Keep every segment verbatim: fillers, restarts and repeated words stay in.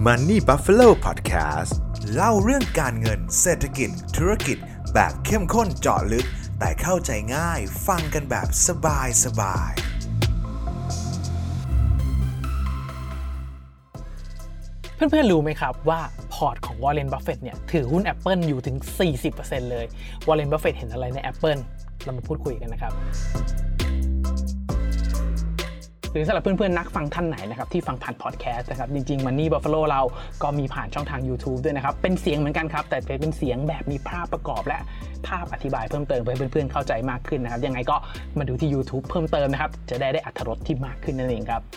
Money Buffalo Podcast เล่าเรื่องการเงินเศรษฐกิจธุรกิจแบบเข้มข้นเจาะลึกแต่เข้าใจง่ายฟังกันแบบสบายสบายเพื่อนๆรู้ไหมครับว่าพอร์ตของวอร์เรน บัฟเฟตต์เนี่ยถือหุ้น Apple อยู่ถึง สี่สิบเปอร์เซ็นต์ เลยวอร์เรน บัฟเฟตต์เห็นอะไรใน Apple เรามาพูดคุยกันนะครับหรือสำหรับเพื่อนๆนักฟังท่านไหนนะครับที่ฟังผ่านพอดแคสต์นะครับจริงๆ Money Buffalo เราก็มีผ่านช่องทาง YouTube ด้วยนะครับเป็นเสียงเหมือนกันครับแต่เป็นเสียงแบบมีภาพประกอบและภาพอธิบายเพิ่มเติมเพื่อให้เพื่อนๆเข้าใจมากขึ้นนะครับยังไงก็มาดูที่ YouTube เพิ่มเติมนะครับจะได้ได้อรรถรสที่มากขึ้นนั่นเองครับ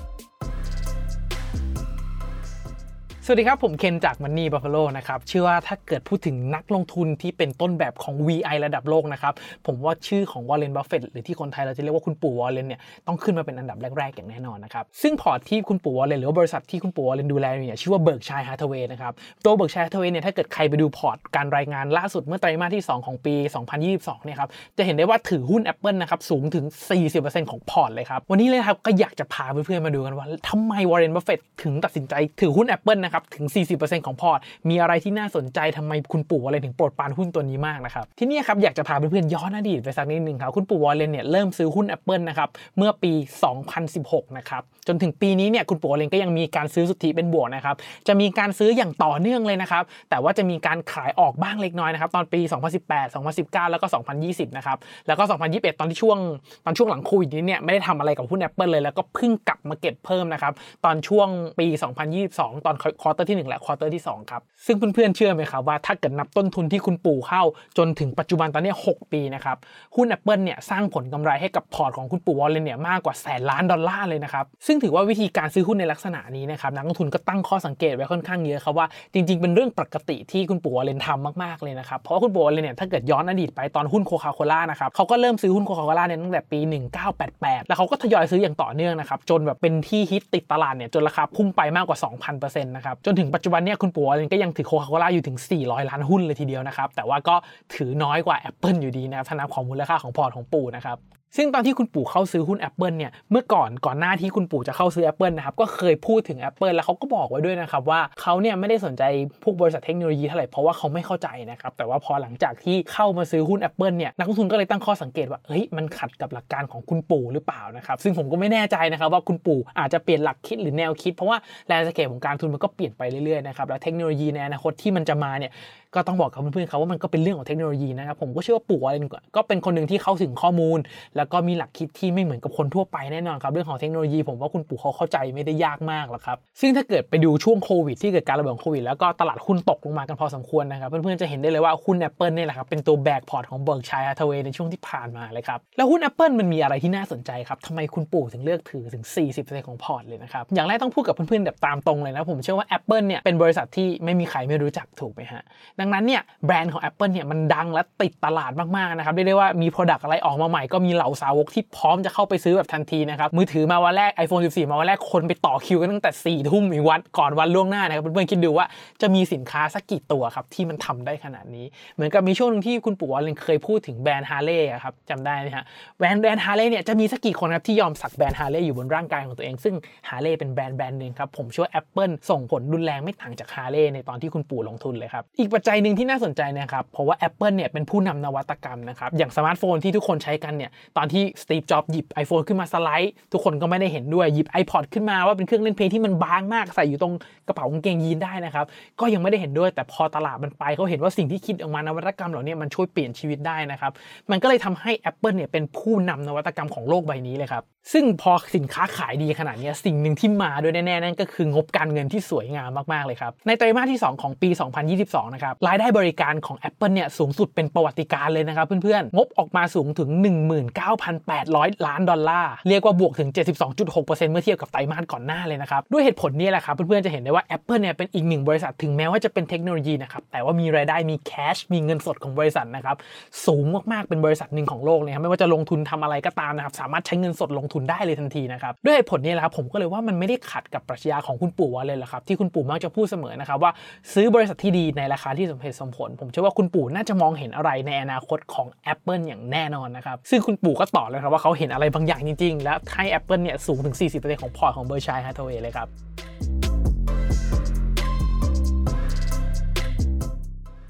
สวัสดีครับผมเคนจาก Money Buffalo นะครับเชื่อว่าถ้าเกิดพูดถึงนักลงทุนที่เป็นต้นแบบของ วี ไอ ระดับโลกนะครับผมว่าชื่อของวอร์เรน บัฟเฟตต์หรือที่คนไทยเราจะเรียกว่าคุณปู่วอร์เรนเนี่ยต้องขึ้นมาเป็นอันดับแรกๆอย่างแน่นอนนะครับซึ่งพอร์ตที่คุณปู่วอร์เรนหรือว่าบริษัทที่คุณปู่วอร์เรนดูแลเนี่ยชื่อว่า Berkshire Hathaway นะครับตัว Berkshire Hathaway เนี่ยถ้าเกิดใครไปดูพอร์ตการรายงานล่าสุดเมื่อไตรมาสที่สองของปีสองพันยี่สิบสองเนี่ยครับจะเห็นได้ว่าถือหุ้น Apple นะครับสูงถึง สี่สิบเปอร์เซ็นต์ ของพอร์ตเลยครับวันนี้เลยครับก็อยากจะพาเพื่อนๆมาดูกันว่าทำไมวอร์เรน บัฟเฟตต์ถึงตัดสินใจถือหุ้น Apple นะครับถึง สี่สิบเปอร์เซ็นต์ ของพอร์ตมีอะไรที่น่าสนใจทำไมคุณปู่วอร์เรนถึงโปรดปรานหุ้นตัวนี้มากนะครับที่นี่ครับอยากจะพาเพื่อนๆย้อนอดีตไปสักนิดนึงครับคุณปู่วอร์เรนเนี่ยเริ่มซื้อหุ้น Apple นะครับเมื่อปีสองพันสิบหกนะครับจนถึงปีนี้เนี่ยคุณปู่วอร์เรนก็ยังมีการซื้อสุทธิเป็นบวกนะครับจะมีการซื้ออย่างต่อเนื่องเลยนะครับแต่ว่าจะมีการขายออกบ้างเล็กน้อยนะครับตอนปีสองพันสิบแปด สองพันสิบเก้าแล้วก็สองพันยี่สิบนะครับแล้วก็สองพันยี่สิบเอ็ดตอนที่ช่วงตอนช่วงหลังโควิดนี้เนี่ยไม่ได้ทำอะไรกับหุ้น Apple เลยแล้วก็เพิ่งกลับมาเก็บเพิ่มนะครับตอนช่วงปีสองพันยี่สิบสองตอนควอเตอร์ที่หนึ่งและควอเตอร์ที่สองครับซึ่งเพื่อนๆเชื่อไหมครับว่าถ้าเกิดนับต้นทุนที่คุณปู่เข้าจนถึงปัจจุบันตอนนี้หกปีนะครับหุ้น Apple เนี่ยสร้างผลกำไรให้กับพอร์ตของคุณปู่วอร์เรนเนี่ยมากกว่าแสนล้านดอลลาร์เลยนะครับซึ่งถือว่าวิธีการซื้อหุ้นในลักษณะนี้นะครับนักลงทุนก็ตั้งข้อสังเกตไว้ค่อนข้างเยอะครับว่าจริงๆเป็นเรื่องปกติที่คุณปู่วอร์เรนทำมากๆเลยนะครับเพราะว่าคุณปู่วอร์เรนเนี่ยถ้าเกิดย้อนอดีตไปตอนหุ้นโคคาโคล่านะครับเขาก็เริ่มซื้อหุ้นโคคาโคล่าเนี่ยตั้งแต่ปีหนึ่งพันเก้าร้อยแปดสิบแปดแล้วเขาก็ทยอยซื้ออย่างต่อเนื่องนะครับจนแบบเป็นที่ฮิตติดตลาดเนี่ยจนราคาพุ่งไปมากกว่า สองพันเปอร์เซ็นต์ นะครับจนถึงปัจจุบันเนี่ยคุณปู่วอร์เรนก็ยังถือโคคาโคล่าอยู่ถึงสี่ร้อยล้านหุ้นเลยทีเดียวนะครับแต่ว่าก็ถือน้อยกว่า Apple อยู่ดีนะครับถ้านับของมูลค่าของพอร์ตของปู่นะครับซึ่งตอนที่คุณปู่เข้าซื้อหุ้น Apple เนี่ยเมื่อก่อนก่อนหน้าที่คุณปู่จะเข้าซื้อ Apple นะครับก็เคยพูดถึง Apple แล้วเขาก็บอกไว้ด้วยนะครับว่าเขาเนี่ยไม่ได้สนใจพวกบริษัทเทคโนโลยีเท่าไหร่เพราะว่าเขาไม่เข้าใจนะครับแต่ว่าพอหลังจากที่เข้ามาซื้อหุ้น Apple เนี่ยนักลงทุนก็เลยตั้งข้อสังเกตว่าเฮ้ยมันขัดกับหลักการของคุณปู่หรือเปล่านะครับซึ่งผมก็ไม่แน่ใจนะครับว่าคุณปู่อาจจะเปลี่ยนหลักคิดหรือแนวคิดเพราะว่าแลนด์สเคปของการทุนมันก็เปลี่ยนไปเรื่อยๆนะครับแล้วเทคโนโลยีในอนาคตที่มันจะมาเนี่ยก็ต้องบอกกับเพื่อนๆเขาว่ามันก็เป็นเรื่องของเทคโนโลยีนะครับผมก็เชื่อว่าปู่วอร์เรนก็เป็นคนนึงที่เข้าถึงข้อมูลแล้วก็มีหลักคิดที่ไม่เหมือนกับคนทั่วไปแน่นอนครับเรื่องของเทคโนโลยีผมว่าคุณปู่เขาเข้าใจไม่ได้ยากมากหรอกครับซึ่งถ้าเกิดไปดูช่วงโควิดที่เกิดการระบาดของโควิดแล้วก็ตลาดหุ้นตกลงมากันพอสมควรนะครับเพื่อนๆจะเห็นได้เลยว่าหุ้น Apple นี่แหละครับเป็นตัวแบกพอร์ตของ Berkshire Hathaway ในช่วงที่ผ่านมาเลยครับแล้วหุ้น Apple มันมีอะไรที่น่าสนใจครับทำไมคุณปู่ถึงเลือกถือถึง สี่สิบเปอร์เซ็นต์ ของพอร์ตเลยนะครับอย่างแรกต้องพูดกับเพื่อนๆแบบตามตรงเลยนะผมเชื่อว่า Apple เนี่ยเป็นบริษัทที่ไม่มีใครไม่รู้จักถูกไหมฮะดังนั้นเนี่ยแบรนด์ของ Apple เนี่ยมันดังและติดตลาดมากๆนะครับเรียกได้ว่ามี product อะไรออกมาใหม่ก็มีเหล่าสาวกที่พร้อมจะเข้าไปซื้อแบบทันทีนะครับมือถือมาวันแรก iPhone สิบสี่ มาวันแรกคนไปต่อคิวกันตั้งแต่ สี่ทุ่มอีกวันก่อนวันล่วงหน้านะครับเพื่อนๆคิดดูว่าจะมีสินค้าสักกี่ตัวครับที่มันทำได้ขนาดนี้เหมือนกับมีช่วงนึงที่คุณปู่วอร์เรนเคยพูดถึงแบรนด์ Harley อ่ะครับจำได้มั้ยฮะแบรนด์แบรนด์ Harley เนี่ยจะมีสักกี่คนครับที่ยอมสักแบรนด์ Harley อยู่บนร่างกายของตัวเองซึ่ง Harley เป็นแบรนด์แบรนด์นึงครับผมเชื่อว่า Apple ส่งผลรุนแรงไม่ต่างจาก Harley ในตอนที่คุณปู่ลงทุนเลยครับอีกปัจจัยนึงที่น่าสนใจนะครับเพราะว่า Apple เนี่ยเป็นผู้นำนวัตกรรมนะครับอย่างสมาร์ทโฟนที่ทุกคนใช้กันเนี่ยตอนที่สตีฟจ็อบส์หยิบ iPhone ขึ้นมาสไลด์ทุกคนก็ไม่ได้เห็นด้วยหยิบ iPod ขึ้นมาว่าเป็นเครื่องเล่นเพลงที่มันบางมากใส่อยู่ตรงกระเป๋ากางเกงยีนได้นะครับก็ยังไม่ได้เห็นด้วยแต่พอตลาดมันไปเขาเห็นว่าสิ่งที่คิดออกมานวัตกรรมเหล่านี้มันช่วยเปลี่ยนชีวิตได้นะครับมันก็เลยทำให้ Apple เนี่ยเป็นผู้นำนวัตกรรมของโลกใบนี้เลยครับซึ่งพอสินค้าขายดีขนาดนี้สิ่งหนึ่งที่มาด้วยแน่ๆนั่นก็คืองบการเงินที่สวยงามมากๆเลยครับในไตรมาสที่สองของปีสองพันยี่สิบสองนะครับรายได้บริการของ Apple เนี่ยสูงสุดเป็นประวัติการณ์เลยนะครับเพื่อนๆงบออกมาสูงถึง หนึ่งหมื่นเก้าพันแปดร้อย ล้านดอลลาร์เรียกว่าบวกถึง เจ็ดสิบสองจุดหกเปอร์เซ็นต์ เมื่อเทียบกับไตรมาสก่อนหน้าเลยนะครับด้วยเหตุผลนี้แหละครับเพื่อนๆจะเห็นได้ว่า Apple เนี่ยเป็นอีกหนึ่งบริษัทถึงแม้ว่าจะเป็นเทคโนโลยีนะครับแต่ว่ามีรายได้มีแคชมีเงินสดของบริษัทนะครับสูงมากๆเป็นบริษัทหนึ่งของโลกเลยครับไม่ว่าจะลงทุนทำอะไรก็ตามนะครับสามารถใช้เงินสดลงทุนได้เลยทันทีนะครับด้วยเหตุผลนี้แหละครับผมก็เลยว่ามันไม่ได้ขัดกับปรัชญาของคุณปู่วอร์เรนหรอกครับที่คุณปู่มักจะพูดเสมอนะครับว่าซื้อบริษัทที่ดีในราคาที่สมเหตุสมผลผมเชื่อว่าคุณปู่น่าจะมองเห็นอะไรในอนาคตของ Apple อย่างแน่นอนนะครับซึ่งคุณปู่ก็ตอบเลยครับว่าเขาเห็นอะไรบางอย่างจริงๆและให้ Apple เนี่ยสูงถึง สี่สิบเปอร์เซ็นต์ ของพอร์ตของ Berkshire Hathaway เลยครับ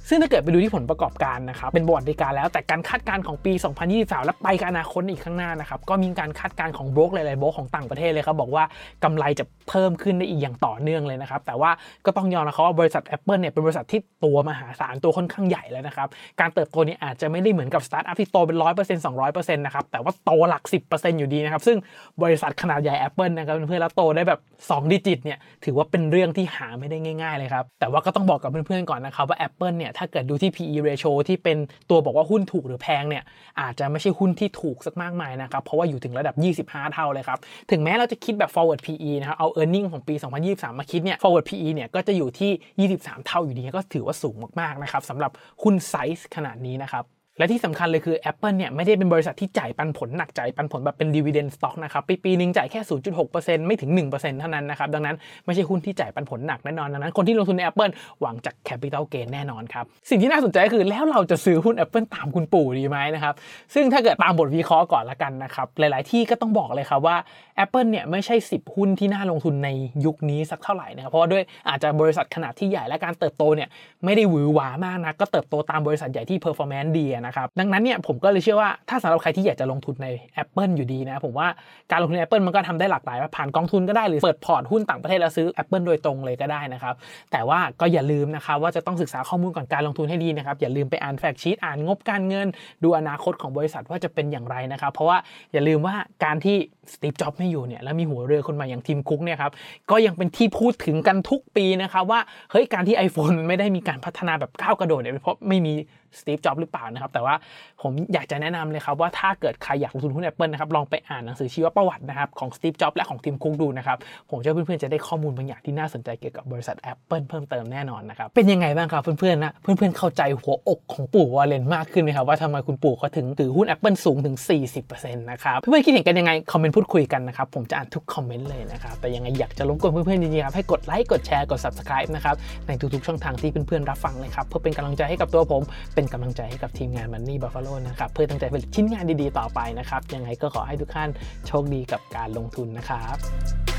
ซึ่งถ้าเกิดไปดูที่ผลประกอบการนะครับเป็นประวัติการแล้วแต่การคาดการณ์ของปีสองพันยี่สิบสามและไปกับอนาคตอีกข้างหน้านะครับก็มีการคาดการณ์ของโบรกหลายๆโบรกของต่างประเทศเลยครับบอกว่ากำไรจะเพิ่มขึ้นได้อีกอย่างต่อเนื่องเลยนะครับแต่ว่าก็ต้องยอมนะครับว่าบริษัท Apple เนี่ยเป็นบริษัทที่ตัวมหาศาลตัวค่อนข้างใหญ่แล้วนะครับการเติบโตนี้อาจจะไม่ได้เหมือนกับสตาร์ทอัพที่โตเป็น หนึ่งร้อยเปอร์เซ็นต์ สองร้อยเปอร์เซ็นต์ นะครับแต่ว่าโตหลัก สิบเปอร์เซ็นต์ อยู่ดีนะครับซึ่งบริษัทขนาดใหญ่ Apple นะครับเพื่อนๆแล้วโตได้แบบสองดิจิตเนี่ยถือว่าเป็นเรื่องที่หาไม่ได้ง่ายๆเลยครับแต่ว่าก็ต้องบอกกับเพื่อนๆก่อนนะครับว่า Apple เนี่ยถ้าเกิดดูที่ พี อี ratio ที่เป็นตัวบอกว่าหุ้นถูกหรือแพงเนี่ยอาจจะไม่ใช่หุ้นที่ถูกสักมากมายนะครับเพราะว่าอยู่ถึงระดับยี่สิบห้าเท่าเลยครับถึงแม้เราจะคิดแบบ forward พี อี นะครับเอา earning ของปีสองพันยี่สิบสามมาคิดเนี่ย forward พี อี เนี่ยก็จะอยู่ที่ยี่สิบสามเท่าอยู่ดีก็ถือว่าสูงมากๆนะครับสำหรับหุ้นไซส์ขนาดนี้นะครับและที่สำคัญเลยคือ Apple เนี่ยไม่ได้เป็นบริษัทที่จ่ายปันผลหนักจ่ายปันผลแบบเป็น dividend stock นะครับปีปีนึงจ่ายแค่ ศูนย์จุดหกเปอร์เซ็นต์ ไม่ถึง หนึ่งเปอร์เซ็นต์ เท่านั้นนะครับดังนั้นไม่ใช่หุ้นที่จ่ายปันผลหนักแน่นอนดังนั้นคนที่ลงทุนใน Apple หวังจาก capital gain แน่นอนครับสิ่งที่น่าสนใจก็คือแล้วเราจะซื้อหุ้น Apple ตามคุณปู่ดีไหมนะครับซึ่งถ้าเกิดตามบทวิเคราะห์ก่อนละกันนะครับหลายๆที่ก็ต้องบอกเลยครับว่า Apple เนี่ยไม่ใช่สิบหุ้นที่น่าลงทุนในยุคนี้สักเท่าไหร่นะครับเพราะว่าด้วยอาจจะบริษัทขนาดที่ใหญ่และการเติบโตเนี่ยไม่ได้หวือหวามากนะก็เติบโตตามบริษัทใหญ่ที่ performance ดีนะครับดังนั้นเนี่ยผมก็เลยเชื่อว่าถ้าสำหรับใครที่อยากจะลงทุนใน Apple อยู่ดีนะผมว่าการลงทุนใน Apple มันก็ทำได้หลากหลายผ่านกองทุนก็ได้หรือเปิดพอร์ตหุ้นต่างประเทศแล้วซื้อ Apple โดยตรงเลยก็ได้นะครับแต่ว่าก็อย่าลืมนะครับว่าจะต้องศึกษาข้อมูลก่อนการลงทุนให้ดีนะครับอย่าลืมไปอ่านแฟกต์ชีทอ่านงบการเงินดูอนาคตของบริษัทว่าจะเป็นอย่างไรนะครับเพราะว่าอย่าลืมว่าการที่สตีฟจ็อบส์ไม่อยู่เนี่ยแล้วมีหัวเรือคนใหม่อย่างทีมคุกเนี่ยครับก็ยังเป็นที่พูดถึงกันทุกปีนะครับว่าเฮ้ยการที่ iPhone มันไม่ได้มีการพัฒนาแบบก้าวกระโดดเนี่ยเพราะไม่มีสตีฟจ็อบส์หรือเปล่านะครับแต่ว่าผมอยากจะแนะนำเลยครับว่าถ้าเกิดใครอยากลงทุนหุ้น Apple นะครับลองไปอ่านหนังสือชีวประวัตินะครับของสตีฟจ็อบส์และของทีมคุกดูนะครับผมเชื่อเพื่อนๆจะได้ข้อมูลบางอย่างที่น่าสนใจเกี่ยวกับบริษัท Apple เพิ่มเติมแน่นอนนะครับเป็นยังไงบ้างครับเพื่อนๆนะเพื่อนๆเข้าใจหัวอกของปู่วอร์เรนมากขึ้นไหมครับว่าทำไมคุณปู่เขาถึงถือหุ้น Apple สูงถึง สี่สิบเปอร์เซ็นต์ นะครับเพื่อนๆคิดเห็นกันยังไงคอมเมนต์พูดคุยกันนะครับผมจะอ่านทุกคอมเมนต์เลยนะครับแต่ยังไงอยากจะรบกวนเพื่อนๆจริงๆครับให้กดไลค์กดแชร์กด Subscribe นะครับในทุกๆช่องทางที่เพื่อนๆรับฟังเลยครับเพื่อเป็นกำลังใจให้กับตัวผมเป็นกำลังใจให้กับทีมงาน Money Buffalo นะครับเพื่อตั้งใจผลิตชิ้นงานดีๆต่อไปนะครับยังไงก็ขอให้ทุกท่านโชคดีกับการลงทุนนะครับ